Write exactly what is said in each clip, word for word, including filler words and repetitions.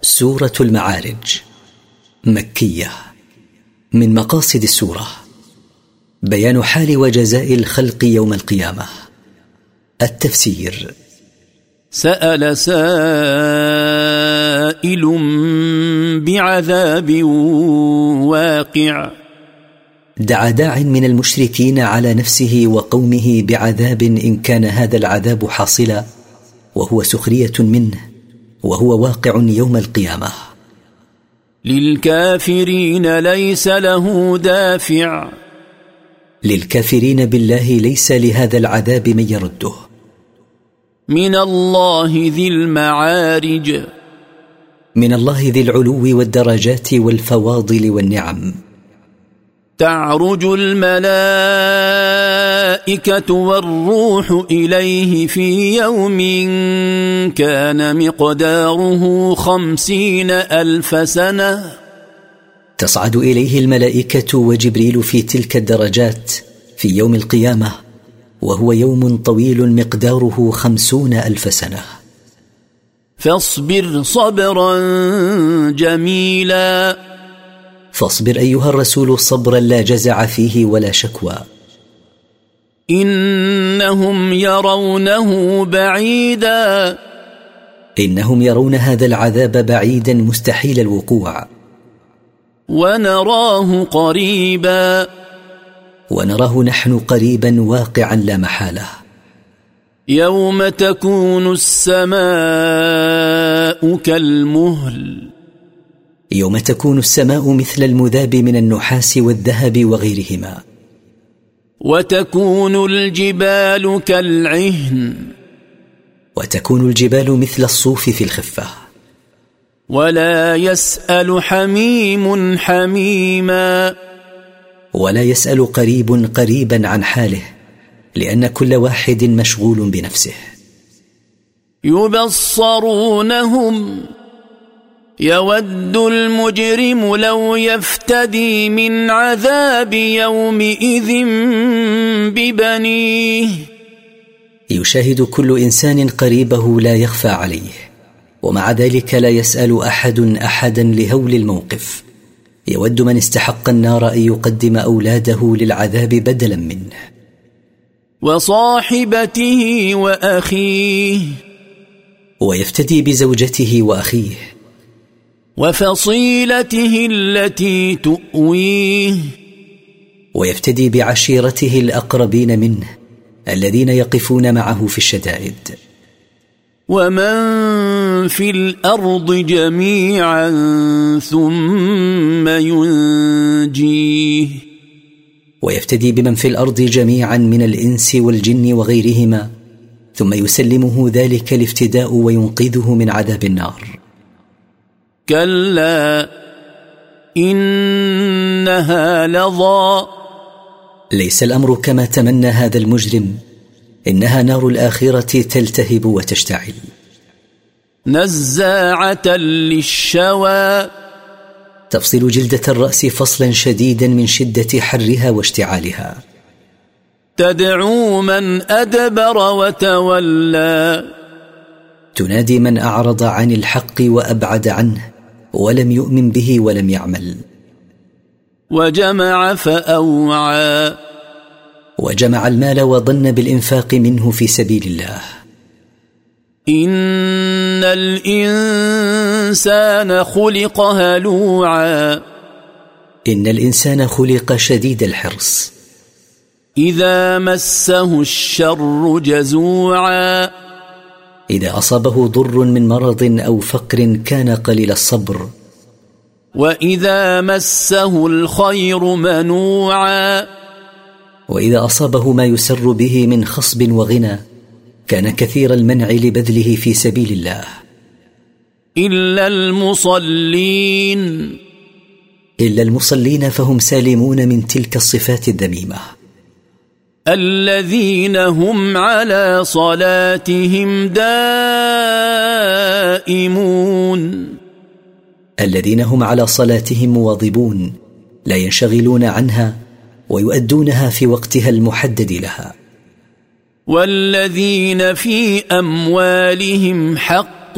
سورة المعارج مكية. من مقاصد السورة بيان حال وجزاء الخلق يوم القيامة. التفسير: سأل سائل بعذاب واقع. دعا داع من المشركين على نفسه وقومه بعذاب إن كان هذا العذاب حاصلا، وهو سخرية منه، وهو واقع يوم القيامة. للكافرين ليس له دافع. للكافرين بالله ليس لهذا العذاب من يرده. من الله ذي المعارج. من الله ذي العلو والدرجات والفواضل والنعم. تعرج الملائكة والروح إليه في يوم كان مقداره خمسين ألف سنة. تصعد إليه الملائكة وجبريل في تلك الدرجات في يوم القيامة، وهو يوم طويل مقداره خمسون ألف سنة. فاصبر صبرا جميلا. فاصبر أيها الرسول صبرا لا جزع فيه ولا شكوى. إنهم يرونه بعيدا. إنهم يرون هذا العذاب بعيدا مستحيل الوقوع. ونراه قريبا. ونراه نحن قريبا واقعا لا محالة. يوم تكون السماء كالمهل. يوم تكون السماء مثل المذاب من النحاس والذهب وغيرهما. وتكون الجبال كالعهن. وتكون الجبال مثل الصوف في الخفة. ولا يسأل حميم حميما. ولا يسأل قريب قريبا عن حاله، لأن كل واحد مشغول بنفسه. يبصرونهم. يود المجرم لو يفتدي من عذاب يومئذ ببنيه. يشاهد كل إنسان قريبه لا يخفى عليه، ومع ذلك لا يسأل أحد أحدا لهول الموقف. يود من استحق النار أن يقدم أولاده للعذاب بدلا منه. وصاحبته وأخيه. ويفتدي بزوجته وأخيه. وفصيلته التي تؤويه. ويفتدي بعشيرته الأقربين منه الذين يقفون معه في الشدائد. ومن في الأرض جميعا ثم ينجيه. ويفتدي بمن في الأرض جميعا من الإنس والجن وغيرهما، ثم يسلمه ذلك الافتداء وينقذه من عذاب النار. كلا إنها لظى. ليس الأمر كما تمنى هذا المجرم، إنها نار الآخرة تلتهب وتشتعل. نزاعة للشوى. تفصل جلدة الرأس فصلا شديدا من شدة حرها واشتعالها. تدعو من أدبر وتولى. تنادي من أعرض عن الحق وأبعد عنه ولم يؤمن به ولم يعمل. وجمع فأوعى. وجمع المال وظن بالإنفاق منه في سبيل الله. إن الإنسان خلق هلوعا. إن الإنسان خلق شديد الحرص. إذا مسه الشر جزوعا. إذا أصابه ضر من مرض أو فقر كان قليل الصبر. وإذا مسه الخير منوعا. وإذا أصابه ما يسر به من خصب وغنى كان كثير المنع لبذله في سبيل الله. إلا المصلين. إلا المصلين فهم سالمون من تلك الصفات الذميمة. الذين هم على صلاتهم دائمون. الذين هم على صلاتهم مواظبون، لا ينشغلون عنها ويؤدونها في وقتها المحدد لها. والذين في أموالهم حق حق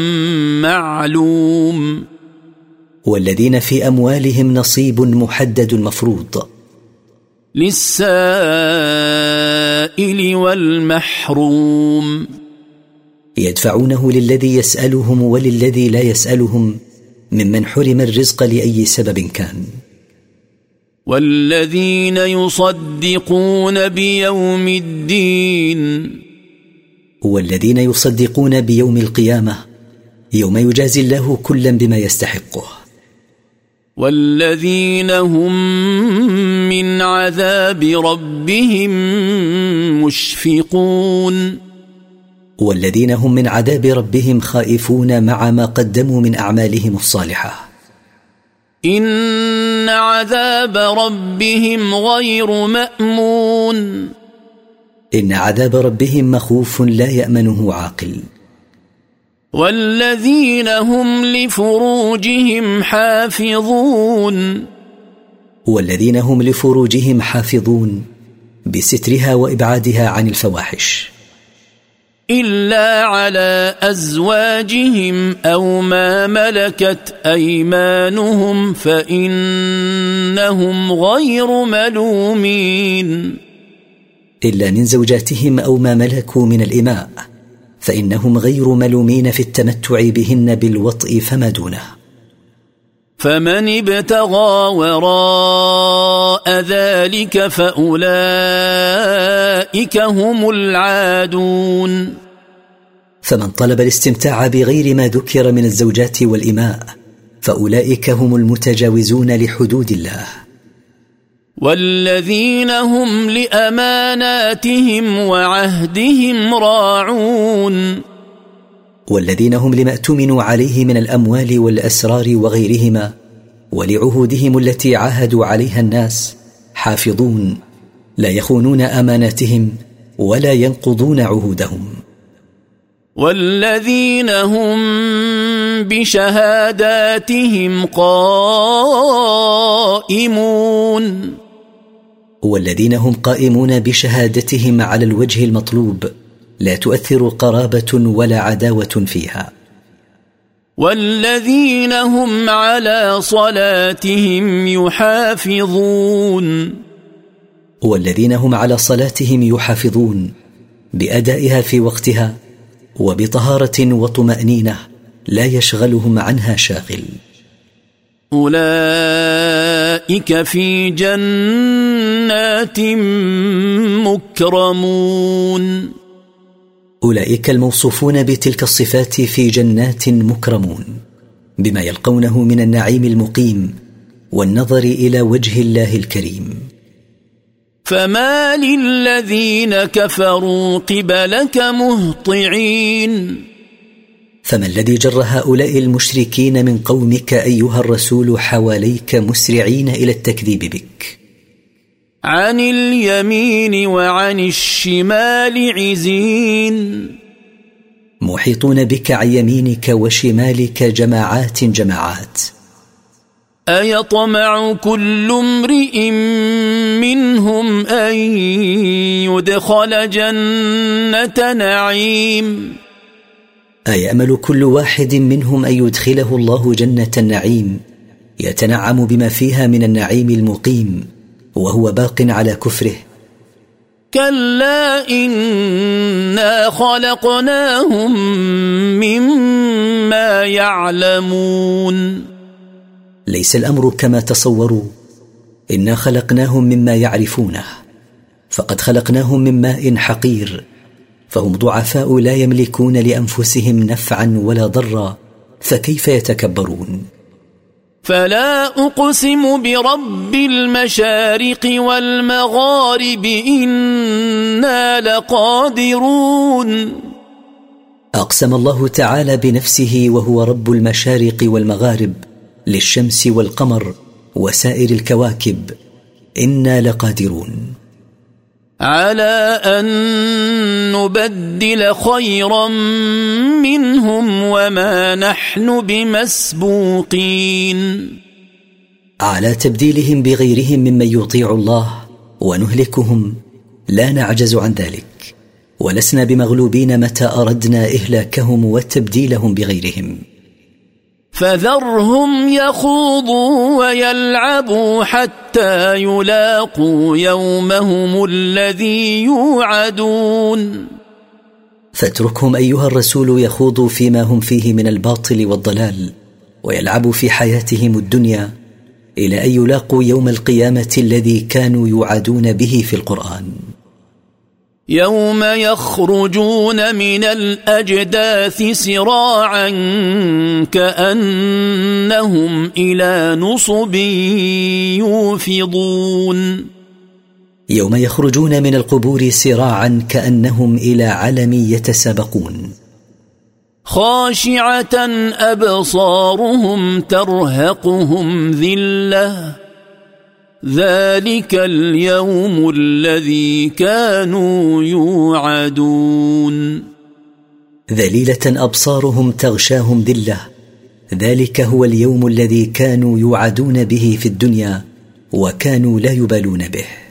معلوم والذين في أموالهم نصيب محدد مفروض للسائل والمحروم يدفعونه للذي يسألهم وللذي لا يسألهم ممن حرم الرزق لأي سبب كان. والذين يصدقون بيوم الدين والذين يصدقون بيوم القيامة يوم يجازي الله كلا بما يستحقه. والذين هم من عذاب ربهم مشفقون والذين هم من عذاب ربهم خائفون مع ما قدموا من أعمالهم الصالحة. إن عذاب ربهم غير مأمون إن عذاب ربهم مخوف لا يأمنه عاقل. والذين هم لفروجهم حافظون والذين هم لفروجهم حافظون بسترها وإبعادها عن الفواحش إلا على أزواجهم أو ما ملكت أيمانهم فإنهم غير ملومين إلا من زوجاتهم أو ما ملكوا من الإماء فإنهم غير ملومين في التمتع بهن بالوطء فما دونه. فمن ابتغى وراء ذلك فأولئك هم العادون فمن طلب الاستمتاع بغير ما ذكر من الزوجات والإماء فأولئك هم المتجاوزون لحدود الله. والذين هم لأماناتهم وعهدهم راعون والذين هم لما اؤتمنوا عليه من الأموال والأسرار وغيرهما ولعهودهم التي عاهدوا عليها الناس حافظون لا يخونون أماناتهم ولا ينقضون عهودهم. والذين هم بشهاداتهم قائمون والذين هم قائمون بشهادتهم على الوجه المطلوب لا تؤثر قرابة ولا عداوة فيها. والذين هم على صلاتهم يحافظون والذين هم على صلاتهم يحافظون بأدائها في وقتها وبطهارة وطمأنينة لا يشغلهم عنها شاغل. أولئك في جنات مكرمون أولئك الموصوفون بتلك الصفات في جنات مكرمون بما يلقونه من النعيم المقيم والنظر إلى وجه الله الكريم. فما للذين كفروا قبلك مهطعين فما الذي جر هؤلاء المشركين من قومك أيها الرسول حواليك مسرعين إلى التكذيب بك؟ عن اليمين وعن الشمال عزين محيطون بك عن يمينك وشمالك جماعات جماعات. أيطمع كل امرئ منهم أن يدخل جنة نعيم أيأمل كل واحد منهم أن يدخله الله جنة النعيم يتنعم بما فيها من النعيم المقيم وهو باق على كفره؟ كلا إنا خلقناهم مما يعلمون ليس الأمر كما تصوروا، إنا خلقناهم مما يعرفونه، فقد خلقناهم من ماء حقير، فهم ضعفاء لا يملكون لأنفسهم نفعا ولا ضرا، فكيف يتكبرون؟ فلا أقسم برب المشارق والمغارب إنا لقادرون. أقسم الله تعالى بنفسه وهو رب المشارق والمغارب للشمس والقمر وسائر الكواكب، إنا لقادرون على أن نبدل خيرا منهم وما نحن بمسبوقين. على تبديلهم بغيرهم ممن يطيع الله ونهلكهم، لا نعجز عن ذلك. ولسنا بمغلوبين متى أردنا إهلاكهم وتبديلهم بغيرهم. فذرهم يخوضوا ويلعبوا حتى يلاقوا يومهم الذي يوعدون. فاتركهم أيها الرسول يخوضوا فيما هم فيه من الباطل والضلال، ويلعبوا في حياتهم الدنيا إلى أن يلاقوا يوم القيامة الذي كانوا يوعدون به في القرآن. يوم يخرجون من الأجداث سراعا كأنهم إلى نصب يوفضون. يوم يخرجون من القبور سراعا كأنهم إلى علم يتسابقون. خاشعة أبصارهم ترهقهم ذلة ذلك اليوم الذي كانوا يوعدون. ذليلة أبصارهم تغشاهم ذلة، ذلك هو اليوم الذي كانوا يوعدون به في الدنيا وكانوا لا يبالون به.